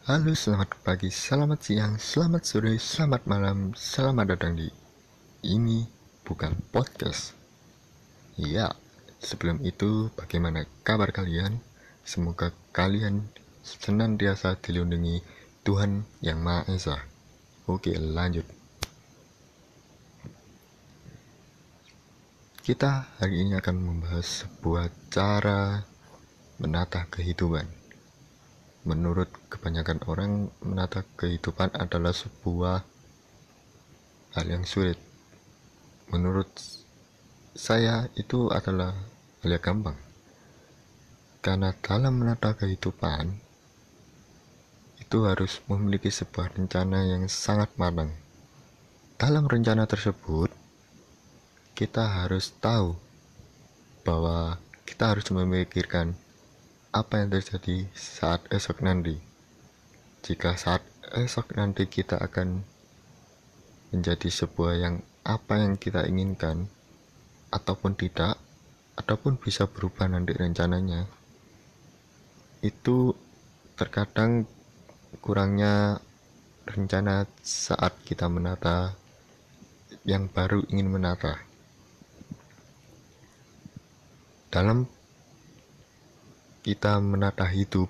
Halo, selamat pagi, selamat siang, selamat sore, selamat malam, selamat datang di Ini Bukan Podcast. Ya, sebelum itu bagaimana kabar kalian? Semoga kalian senantiasa dilindungi Tuhan Yang Maha Esa. Oke, lanjut. Kita hari ini akan membahas sebuah cara menata kehidupan. Menurut kebanyakan orang, menata kehidupan adalah sebuah hal yang sulit. Menurut saya itu adalah hal yang gampang, karena dalam menata kehidupan itu harus memiliki sebuah rencana yang sangat matang. Dalam rencana tersebut kita harus tahu bahwa kita harus memikirkan apa yang terjadi saat esok nanti. Jika saat esok nanti kita akan menjadi sebuah yang apa yang kita inginkan ataupun tidak, ataupun bisa berubah nanti rencananya, itu terkadang kurangnya rencana saat kita menata yang baru ingin menata. Dalam kita menata hidup,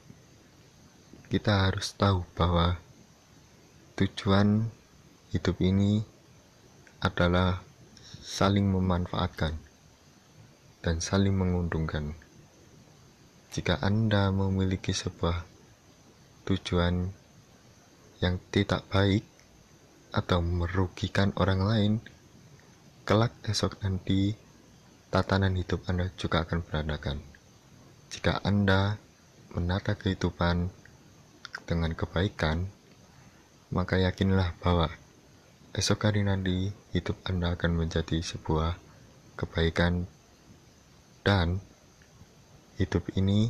kita harus tahu bahwa tujuan hidup ini adalah saling memanfaatkan dan saling menguntungkan. Jika Anda memiliki sebuah tujuan yang tidak baik atau merugikan orang lain, kelak esok nanti tatanan hidup Anda juga akan berantakan. Jika Anda menata kehidupan dengan kebaikan, maka yakinlah bahwa esok hari nanti hidup Anda akan menjadi sebuah kebaikan, dan hidup ini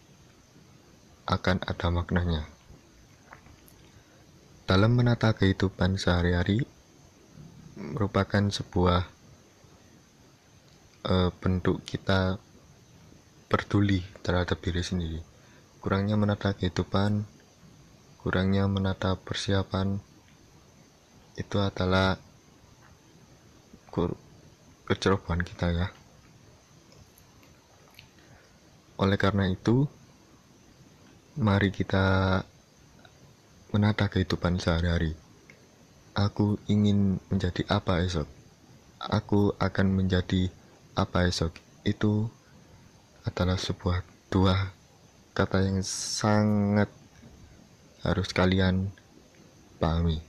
akan ada maknanya. Dalam menata kehidupan sehari-hari merupakan sebuah bentuk kita peduli terhadap diri sendiri. Kurangnya menata kehidupan, kurangnya menata persiapan, itu adalah kecerobohan kita ya. Oleh karena itu, mari kita menata kehidupan sehari-hari. Aku ingin menjadi apa esok? Aku akan menjadi apa esok? Itu adalah sebuah dua kata yang sangat harus kalian pahami.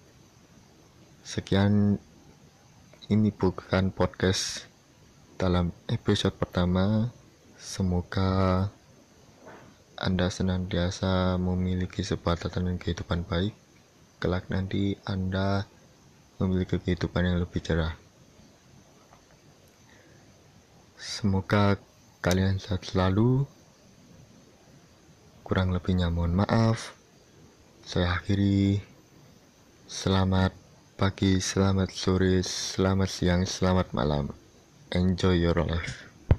Sekian, ini bukan podcast dalam episode pertama. Semoga Anda senantiasa memiliki sebuah tatanan kehidupan baik. Kelak nanti Anda memiliki kehidupan yang lebih cerah. Semoga kalian sehat selalu. Kurang lebihnya mohon maaf. Saya akhiri. Selamat pagi, selamat sore, selamat siang, selamat malam. Enjoy your life.